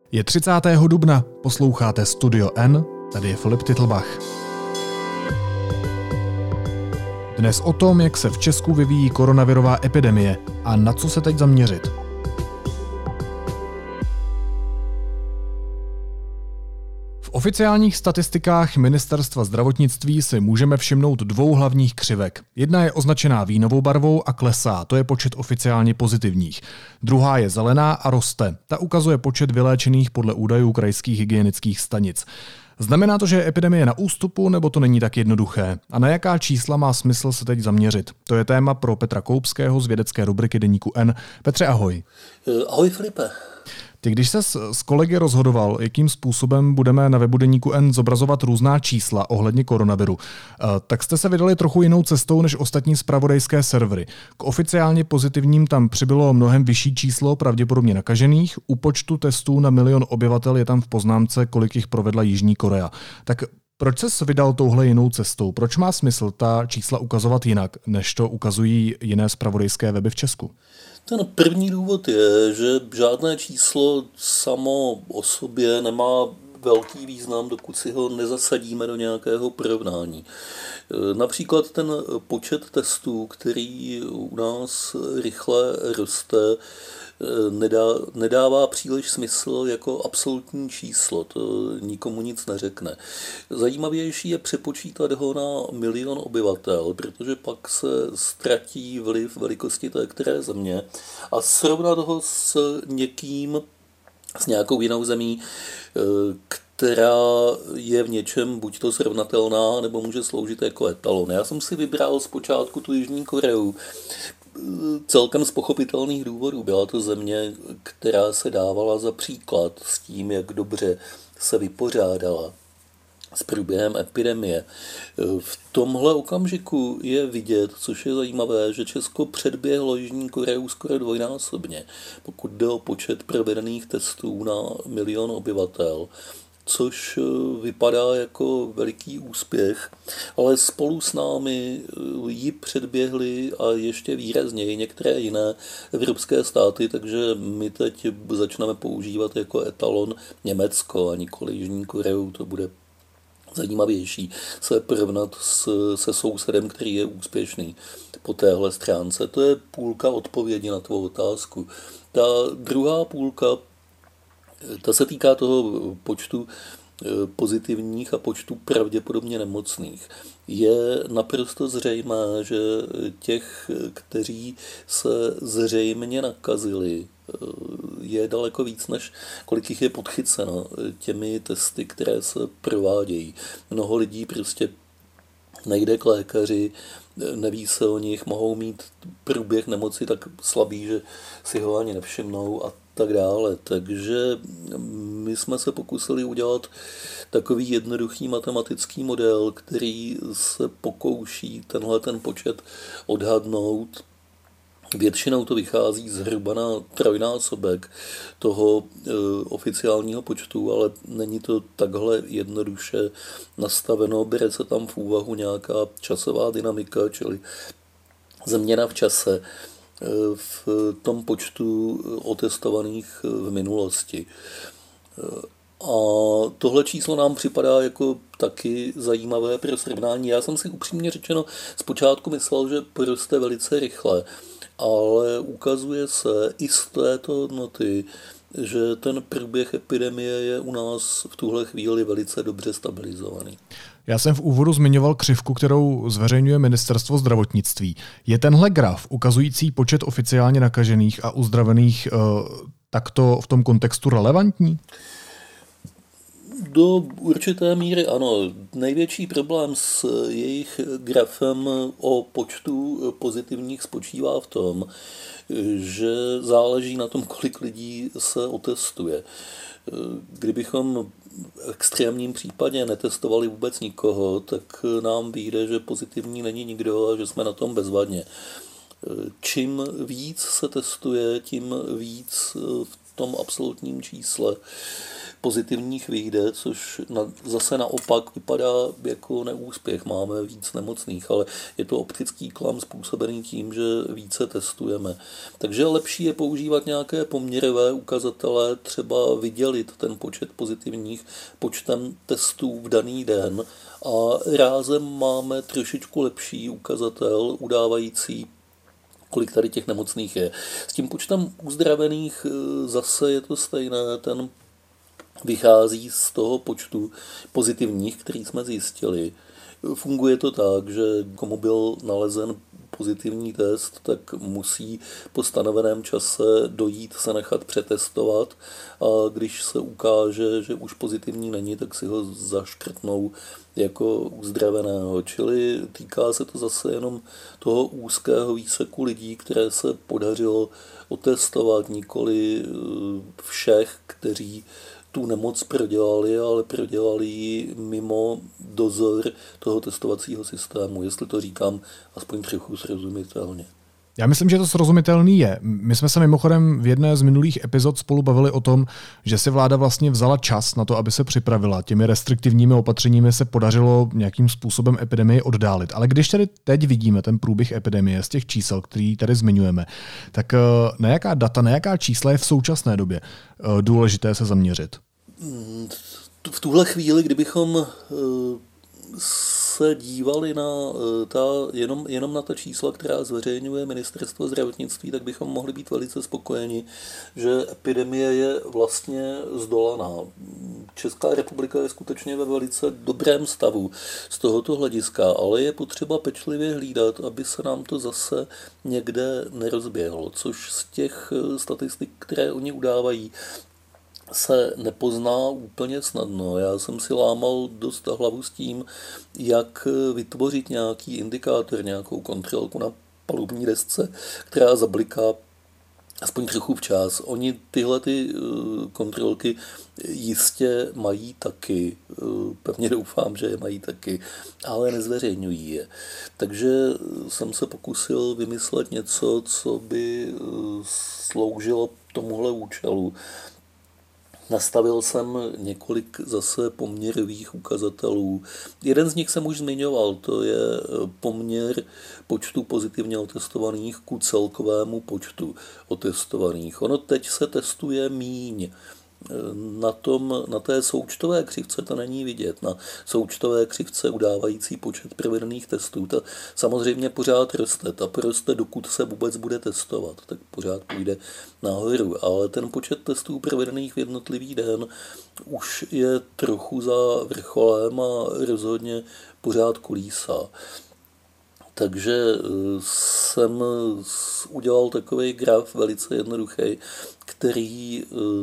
Je 30. dubna, posloucháte Studio N, tady je Filip Titlbach. Dnes o tom, jak se v Česku vyvíjí koronavirová epidemie a na co se teď zaměřit. V oficiálních statistikách Ministerstva zdravotnictví si můžeme všimnout dvou hlavních křivek. Jedna je označená vínovou barvou a klesá, to je počet oficiálně pozitivních. Druhá je zelená a roste, ta ukazuje počet vyléčených podle údajů krajských hygienických stanic. Znamená to, že je epidemie na ústupu, nebo to není tak jednoduché? A na jaká čísla má smysl se teď zaměřit? To je téma pro Petra Koupského z vědecké rubriky Deníku N. Petře, ahoj. Ahoj, Filipe. Ty, když ses s kolegy rozhodoval, jakým způsobem budeme na webu Deníku N zobrazovat různá čísla ohledně koronaviru, tak jste se vydali trochu jinou cestou než ostatní zpravodajské servery. K oficiálně pozitivním tam přibylo mnohem vyšší číslo pravděpodobně nakažených. U počtu testů na milion obyvatel je tam v poznámce, kolik jich provedla Jižní Korea. Tak proč ses vydal touhle jinou cestou? Proč má smysl ta čísla ukazovat jinak, než to ukazují jiné zpravodajské weby v Česku? Ten první důvod je, že žádné číslo samo o sobě nemá velký význam, dokud si ho nezasadíme do nějakého porovnání. Například ten počet testů, který u nás rychle roste, nedává příliš smysl jako absolutní číslo, to nikomu nic neřekne. Zajímavější je přepočítat ho na milion obyvatel, protože pak se ztratí vliv velikosti té které země a srovnat ho s někým, s nějakou jinou zemí, která je v něčem buď to srovnatelná, nebo může sloužit jako etalon. Já jsem si vybral zpočátku tu Jižní Koreu, celkem z pochopitelných důvodů. Byla to země, která se dávala za příklad s tím, jak dobře se vypořádala s průběhem epidemie. V tomhle okamžiku je vidět, což je zajímavé, že Česko předběhlo Jižní Koreu skoro dvojnásobně, pokud jde o počet provedených testů na milion obyvatel, což vypadá jako veliký úspěch, ale spolu s námi ji předběhly a ještě výrazněji některé jiné evropské státy, takže my teď začneme používat jako etalon Německo a nikoli Jižní Koreu, to bude zajímavější se porovnat se sousedem, který je úspěšný po téhle stránce. To je půlka odpovědi na tvou otázku. Ta druhá půlka, ta se týká toho počtu pozitivních a počtu pravděpodobně nemocných. Je naprosto zřejmé, že těch, kteří se zřejmě nakazili, je daleko víc, než kolik jich je podchyceno těmi testy, které se provádějí. Mnoho lidí prostě nejde k lékaři, neví se o nich, mohou mít průběh nemoci tak slabý, že si ho ani nevšimnou a tak dále. Takže my jsme se pokusili udělat takový jednoduchý matematický model, který se pokouší ten počet odhadnout. Většinou to vychází zhruba na trojnásobek toho oficiálního počtu, ale není to takhle jednoduše nastaveno. Bere se tam v úvahu nějaká časová dynamika, čili změna v čase v tom počtu otestovaných v minulosti. A tohle číslo nám připadá jako taky zajímavé pro srovnání. Já jsem si upřímně řečeno zpočátku myslel, že poroste velice rychle, ale ukazuje se i z této hodnoty, že ten průběh epidemie je u nás v tuhle chvíli velice dobře stabilizovaný. Já jsem v úvodu zmiňoval křivku, kterou zveřejňuje Ministerstvo zdravotnictví. Je tenhle graf ukazující počet oficiálně nakažených a uzdravených takto v tom kontextu relevantní? Do určité míry ano. Největší problém s jejich grafem o počtu pozitivních spočívá v tom, že záleží na tom, kolik lidí se otestuje. Kdybychom v extrémním případě netestovali vůbec nikoho, tak nám vyjde, že pozitivní není nikdo a že jsme na tom bezvadně. Čím víc se testuje, tím víc v tom absolutním čísle pozitivních vyjde, což zase naopak vypadá jako neúspěch. Máme víc nemocných, ale je to optický klam způsobený tím, že více testujeme. Takže lepší je používat nějaké poměrové ukazatele, třeba vydělit ten počet pozitivních počtem testů v daný den a rázem máme trošičku lepší ukazatel udávající, kolik tady těch nemocných je. S tím počtem uzdravených zase je to stejné, ten vychází z toho počtu pozitivních, který jsme zjistili. Funguje to tak, že komu byl nalezen pozitivní test, tak musí po stanoveném čase dojít se nechat přetestovat a když se ukáže, že už pozitivní není, tak si ho zaškrtnou jako uzdraveného. Čili týká se to zase jenom toho úzkého výseku lidí, které se podařilo otestovat, nikoli všech, kteří tu nemoc prodělali, ale prodělali ji mimo dozor toho testovacího systému, jestli to říkám aspoň trochu srozumitelně. Já myslím, že to srozumitelný je. My jsme se mimochodem v jedné z minulých epizod spolu bavili o tom, že si vláda vlastně vzala čas na to, aby se připravila. Těmi restriktivními opatřeními se podařilo nějakým způsobem epidemii oddálit. Ale když tedy teď vidíme ten průběh epidemie z těch čísel, který tady zmiňujeme, tak na jaká data, na jaká čísla je v současné době důležité se zaměřit? V tuhle chvíli, kdybychom se dívali na jenom na ta čísla, která zveřejňuje Ministerstvo zdravotnictví, tak bychom mohli být velice spokojeni, že epidemie je vlastně zdolaná. Česká republika je skutečně ve velice dobrém stavu z tohoto hlediska, ale je potřeba pečlivě hlídat, aby se nám to zase někde nerozběhlo, což z těch statistik, které oni udávají, se nepozná úplně snadno. Já jsem si lámal dost hlavu s tím, jak vytvořit nějaký indikátor, nějakou kontrolku na palubní desce, která zabliká aspoň trochu včas. Oni tyhle ty kontrolky jistě mají taky, pevně doufám, že je mají taky, ale nezveřejňují je. Takže jsem se pokusil vymyslet něco, co by sloužilo tomuhle účelu. Nastavil jsem několik zase poměrových ukazatelů. Jeden z nich jsem už zmiňoval, to je poměr počtu pozitivně otestovaných ku celkovému počtu otestovaných. Ono teď se testuje míň. Na té součtové křivce to není vidět. Na součtové křivce udávající počet provedených testů, ta samozřejmě pořád roste. Ta poroste, dokud se vůbec bude testovat, tak pořád půjde nahoru. Ale ten počet testů provedených v jednotlivý den už je trochu za vrcholem a rozhodně pořád kolísá. Takže jsem udělal takový graf velice jednoduchý, který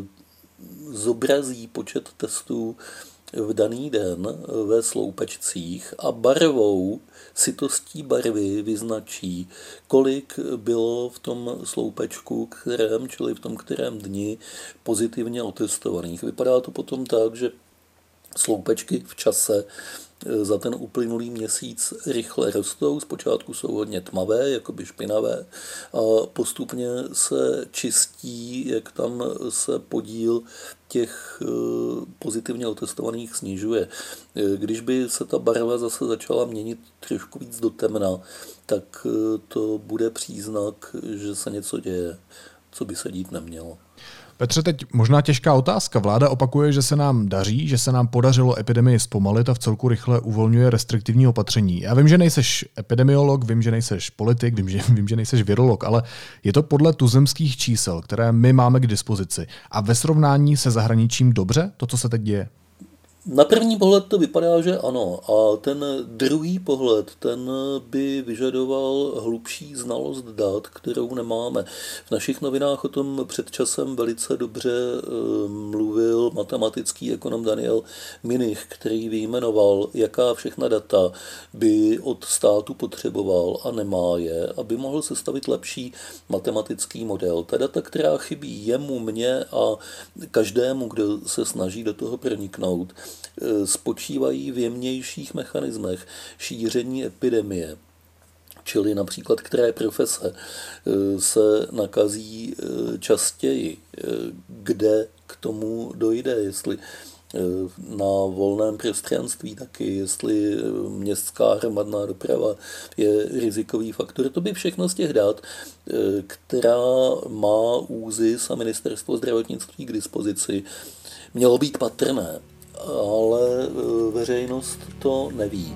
zobrazí počet testů v daný den ve sloupečcích a barvou, sytostí barvy vyznačí, kolik bylo v tom sloupečku, čili v tom kterém dni pozitivně otestovaných. Vypadá to potom tak, že sloupečky v čase za ten uplynulý měsíc rychle rostou, zpočátku jsou hodně tmavé, jakoby špinavé a postupně se čistí, jak tam se podíl těch pozitivně otestovaných snižuje. Když by se ta barva zase začala měnit trošku víc do temna, tak to bude příznak, že se něco děje, co by se dít nemělo. Petře, teď možná těžká otázka. Vláda opakuje, že se nám daří, že se nám podařilo epidemii zpomalit a vcelku rychle uvolňuje restriktivní opatření. Já vím, že nejseš epidemiolog, vím, že nejseš politik, vím, že nejseš virolog, ale je to podle tuzemských čísel, které my máme k dispozici. A ve srovnání se zahraničím dobře, to, co se teď děje? Na první pohled to vypadá, že ano. A ten druhý pohled, ten by vyžadoval hlubší znalost dat, kterou nemáme. V našich novinách o tom před časem velice dobře mluvil matematický ekonom Daniel Minich, který vyjmenoval, jaká všechna data by od státu potřeboval a nemá je, aby mohl sestavit lepší matematický model. Ta data, která chybí jemu, mně a každému, kdo se snaží do toho proniknout, spočívají v jemnějších mechanismech šíření epidemie, čili například které profese se nakazí častěji, kde k tomu dojde, jestli na volném prostranství taky, jestli městská hromadná doprava je rizikový faktor. To by všechno z těch dat, která má ÚZIS a ministerstvo zdravotnictví k dispozici, mělo být patrné, ale veřejnost to neví.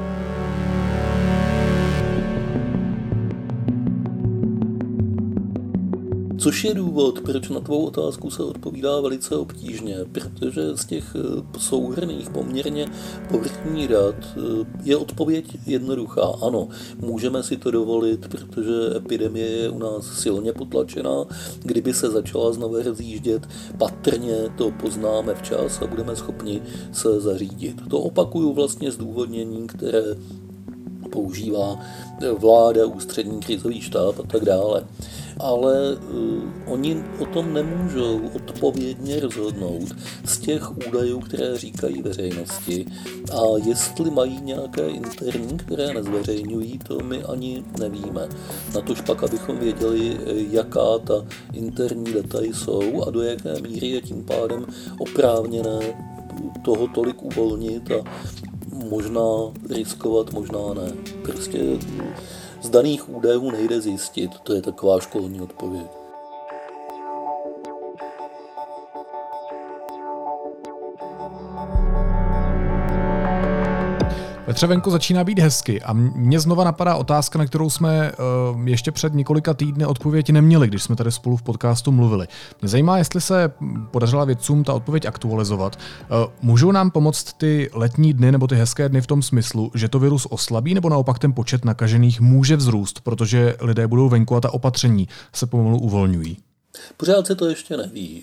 Což je důvod, proč na tvou otázku se odpovídá velice obtížně, protože z těch souhrnných poměrně povrchních dat je odpověď jednoduchá. Ano, můžeme si to dovolit, protože epidemie je u nás silně potlačená. Kdyby se začala znovu rozjíždět, patrně to poznáme včas a budeme schopni se zařídit. To opakuju vlastně zdůvodnění, které používá vláda, ústřední krizový štáb a tak dále. Ale oni o tom nemůžou odpovědně rozhodnout z těch údajů, které říkají veřejnosti. A jestli mají nějaké interní, které nezveřejňují, to my ani nevíme. Natož pak, abychom věděli, jaká ta interní data jsou a do jaké míry je tím pádem oprávněné toho tolik uvolnit a možná riskovat, možná ne. Prostě z daných údajů nejde zjistit, to je taková školní odpověď. Petře, venku začíná být hezky a mě znova napadá otázka, na kterou jsme ještě před několika týdny odpověď neměli, když jsme tady spolu v podcastu mluvili. Mě zajímá, jestli se podařila vědcům ta odpověď aktualizovat. Můžou nám pomoct ty letní dny nebo ty hezké dny v tom smyslu, že to virus oslabí, nebo naopak ten počet nakažených může vzrůst, protože lidé budou venku a ta opatření se pomalu uvolňují? Pořád se to ještě neví.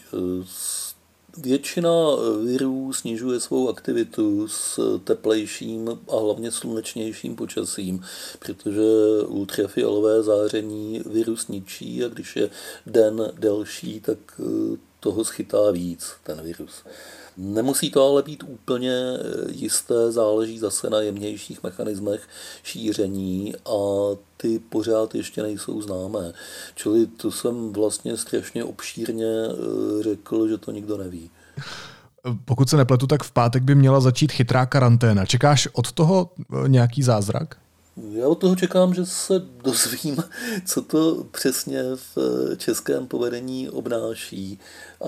Většina virů snižuje svou aktivitu s teplejším a hlavně slunečnějším počasím, protože ultrafialové záření virus ničí a když je den delší, tak toho schytá víc ten virus. Nemusí to ale být úplně jisté, záleží zase na jemnějších mechanismech šíření a ty pořád ještě nejsou známé. Čili to jsem vlastně strašně obšírně řekl, že to nikdo neví. Pokud se nepletu, tak v pátek by měla začít chytrá karanténa. Čekáš od toho nějaký zázrak? Já od toho čekám, že se dozvím, co to přesně v českém povedení obnáší a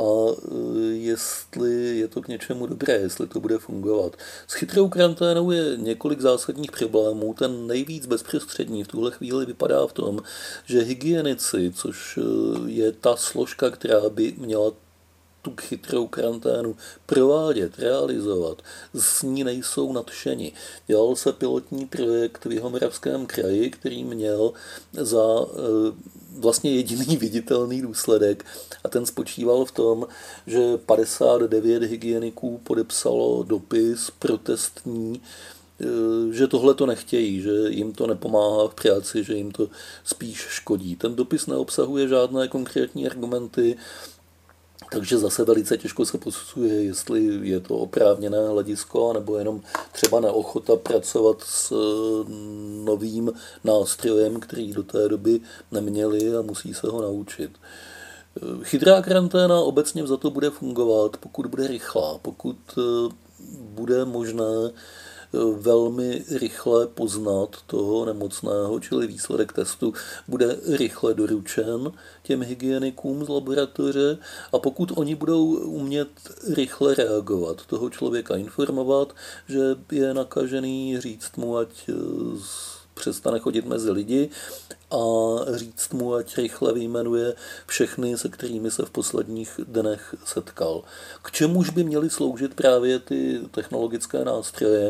jestli je to k něčemu dobré, jestli to bude fungovat. S chytrou karanténou je několik zásadních problémů. Ten nejvíc bezprostřední v tuhle chvíli vypadá v tom, že hygienici, což je ta složka, která by měla tu chytrou karanténu provádět, realizovat, s ní nejsou nadšeni. Dělal se pilotní projekt v Jihomoravském kraji, který měl za vlastně jediný viditelný důsledek a ten spočíval v tom, že 59 hygieniků podepsalo dopis protestní, že tohle to nechtějí, že jim to nepomáhá v práci, že jim to spíš škodí. Ten dopis neobsahuje žádné konkrétní argumenty, takže zase velice těžko se posuzuje, jestli je to oprávněné hledisko, nebo jenom třeba neochota pracovat s novým nástrojem, který do té doby neměli a musí se ho naučit. Chytrá karanténa obecně vzato bude fungovat, pokud bude rychlá, pokud bude možné velmi rychle poznat toho nemocného, čili výsledek testu bude rychle doručen těm hygienikům z laboratoře a pokud oni budou umět rychle reagovat, toho člověka informovat, že je nakažený, říct mu, ať přestane chodit mezi lidi a říct mu, ať rychle vyjmenuje všechny, se kterými se v posledních dnech setkal. K čemuž by měly sloužit právě ty technologické nástroje,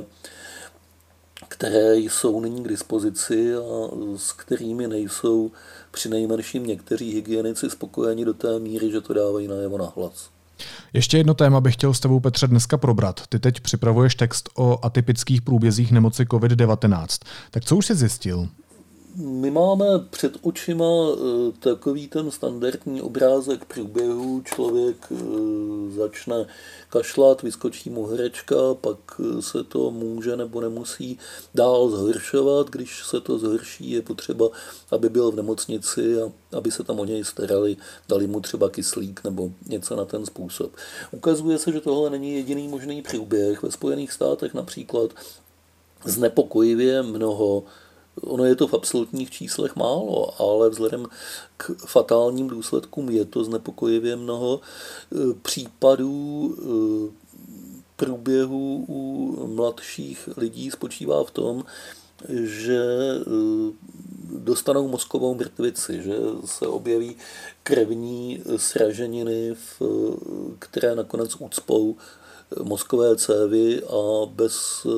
které jsou nyní k dispozici a s kterými nejsou přinejmenším někteří hygienici spokojeni do té míry, že to dávají najevo nahlas. Ještě jedno téma bych chtěl s tebou, Petře, dneska probrat. Ty teď připravuješ text o atypických průbězích nemoci COVID-19. Tak co už jsi zjistil? My máme před očima takový ten standardní obrázek průběhu. Člověk začne kašlat, vyskočí mu horečka, pak se to může nebo nemusí dál zhoršovat. Když se to zhorší, je potřeba, aby byl v nemocnici a aby se tam o něj starali, dali mu třeba kyslík nebo něco na ten způsob. Ukazuje se, že tohle není jediný možný průběh. Ve Spojených státech například znepokojivě mnoho, ono je to v absolutních číslech málo, ale vzhledem k fatálním důsledkům je to znepokojivě mnoho případů průběhu u mladších lidí spočívá v tom, že dostanou mozkovou mrtvici, že se objeví krevní sraženiny, které nakonec ucpou mozkové cévy a bez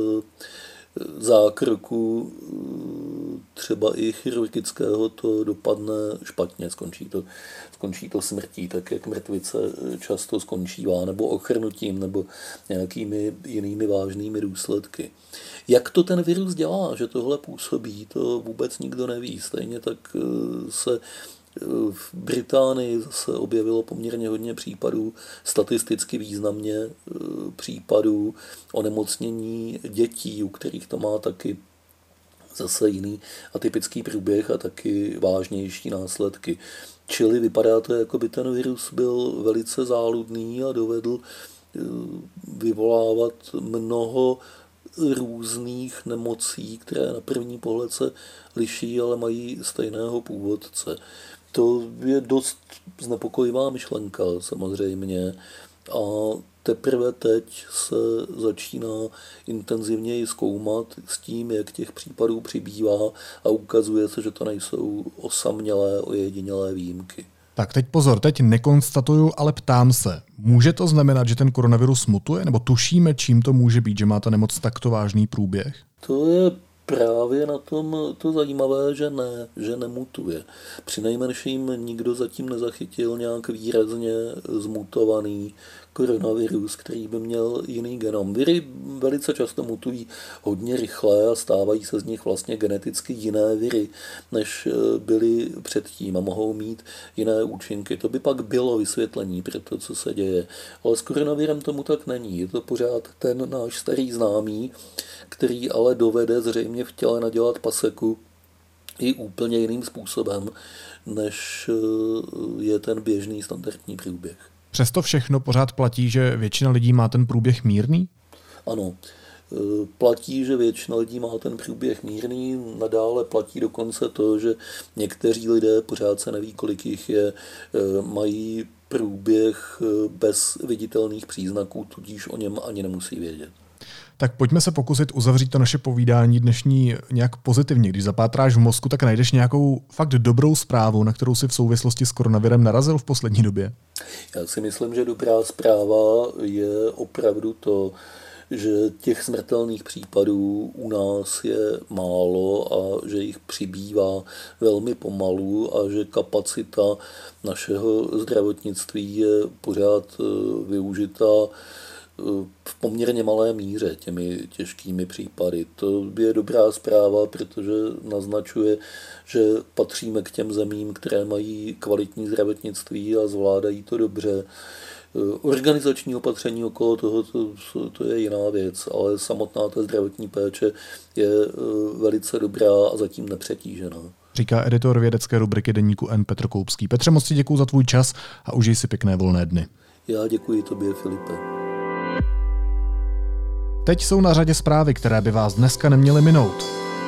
zákroku třeba i chirurgického to dopadne špatně, skončí to smrtí, tak jak mrtvice často skončívá, nebo ochrnutím, nebo nějakými jinými vážnými důsledky. Jak to ten virus dělá, že tohle působí, to vůbec nikdo neví. Stejně tak se v Británii se objevilo poměrně hodně případů, statisticky významně případů onemocnění dětí, u kterých to má taky zase jiný atypický průběh a taky vážnější následky. Čili vypadá to, jako by ten virus byl velice záludný a dovedl vyvolávat mnoho různých nemocí, které na první pohled se liší, ale mají stejného původce. To je dost znepokojivá myšlenka samozřejmě a teprve teď se začíná intenzivněji zkoumat s tím, jak těch případů přibývá a ukazuje se, že to nejsou osamělé, ojedinělé výjimky. Tak teď pozor, teď nekonstatuju, ale ptám se. Může to znamenat, že ten koronavirus mutuje? Nebo tušíme, čím to může být, že má ta nemoc takto vážný průběh? To je právě na tom to zajímavé, že nemutuje. Přinejmenším nikdo zatím nezachytil nějak výrazně zmutovaný koronavirus, který by měl jiný genom. Viry velice často mutují hodně rychle a stávají se z nich vlastně geneticky jiné viry, než byly předtím a mohou mít jiné účinky. To by pak bylo vysvětlení pro to, co se děje. Ale s koronavirem tomu tak není. Je to pořád ten náš starý známý, který ale dovede zřejmě v těle nadělat paseku i úplně jiným způsobem, než je ten běžný standardní průběh. Přesto všechno pořád platí, že většina lidí má ten průběh mírný? Ano, platí, že většina lidí má ten průběh mírný, nadále platí dokonce to, že někteří lidé, pořád se neví, kolik jich je, mají průběh bez viditelných příznaků, tudíž o něm ani nemusí vědět. Tak pojďme se pokusit uzavřít to naše povídání dnešní nějak pozitivně. Když zapátráš v mozku, tak najdeš nějakou fakt dobrou zprávu, na kterou si v souvislosti s koronavirem narazil v poslední době? Já si myslím, že dobrá zpráva je opravdu to, že těch smrtelných případů u nás je málo a že jich přibývá velmi pomalu a že kapacita našeho zdravotnictví je pořád využita v poměrně malé míře těmi těžkými případy. To je dobrá zpráva, protože naznačuje, že patříme k těm zemím, které mají kvalitní zdravotnictví a zvládají to dobře. Organizační opatření okolo toho, to je jiná věc, ale samotná ta zdravotní péče je velice dobrá a zatím nepřetížená. Říká editor vědecké rubriky Deníku N Petr Koupský. Petře, moc ti děkuju za tvůj čas a užij si pěkné volné dny. Já děkuji tobě, Filipe. Teď jsou na řadě zprávy, které by vás dneska neměly minout.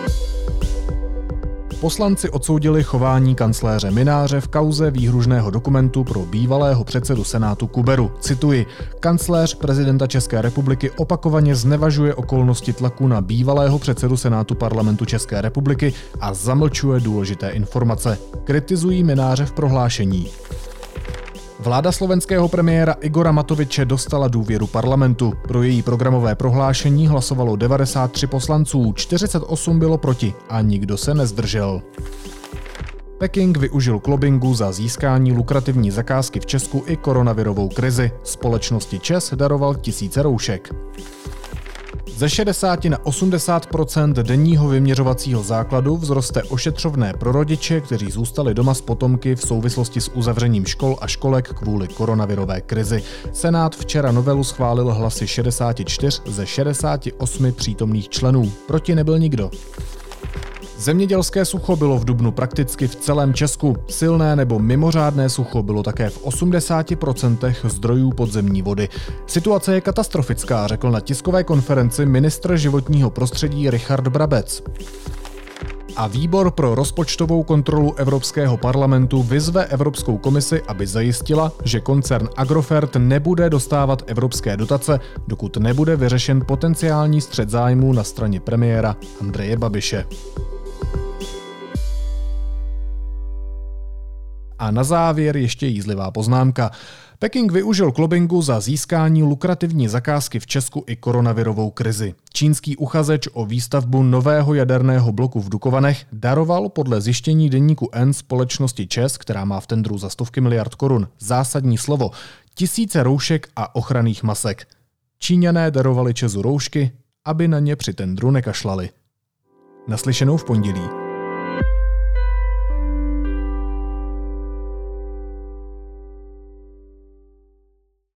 Poslanci odsoudili chování kancléře Mynáře v kauze výhružného dokumentu pro bývalého předsedu Senátu Kuberu. Cituji: kancléř prezidenta České republiky opakovaně znevažuje okolnosti tlaku na bývalého předsedu Senátu Parlamentu České republiky a zamlčuje důležité informace. Kritizují Mynáře v prohlášení. Vláda slovenského premiéra Igora Matoviče dostala důvěru parlamentu. Pro její programové prohlášení hlasovalo 93 poslanců, 48 bylo proti a nikdo se nezdržel. Peking využil k lobbingu za získání lukrativní zakázky v Česku i koronavirovou krizi. Společnosti ČEZ daroval tisíce roušek. Ze 60 na 80% denního vyměřovacího základu vzroste ošetřovné pro rodiče, kteří zůstali doma s potomky v souvislosti s uzavřením škol a školek kvůli koronavirové krizi. Senát včera novelu schválil hlasy 64 ze 68 přítomných členů. Proti nebyl nikdo. Zemědělské sucho bylo v dubnu prakticky v celém Česku. Silné nebo mimořádné sucho bylo také v 80% zdrojů podzemní vody. Situace je katastrofická, řekl na tiskové konferenci ministr životního prostředí Richard Brabec. A výbor pro rozpočtovou kontrolu Evropského parlamentu vyzve Evropskou komisi, aby zajistila, že koncern Agrofert nebude dostávat evropské dotace, dokud nebude vyřešen potenciální střet zájmů na straně premiéra Andreje Babiše. A na závěr ještě jízlivá poznámka. Peking využil lobbingu za získání lukrativní zakázky v Česku i koronavirovou krizi. Čínský uchazeč o výstavbu nového jaderného bloku v Dukovanech daroval podle zjištění deníku N společnosti ČEZ, která má v tendru za stovky miliard korun, zásadní slovo, tisíce roušek a ochranných masek. Číňané darovali ČEZu roušky, aby na ně při tendru nekašlali. Naslyšenou v pondělí.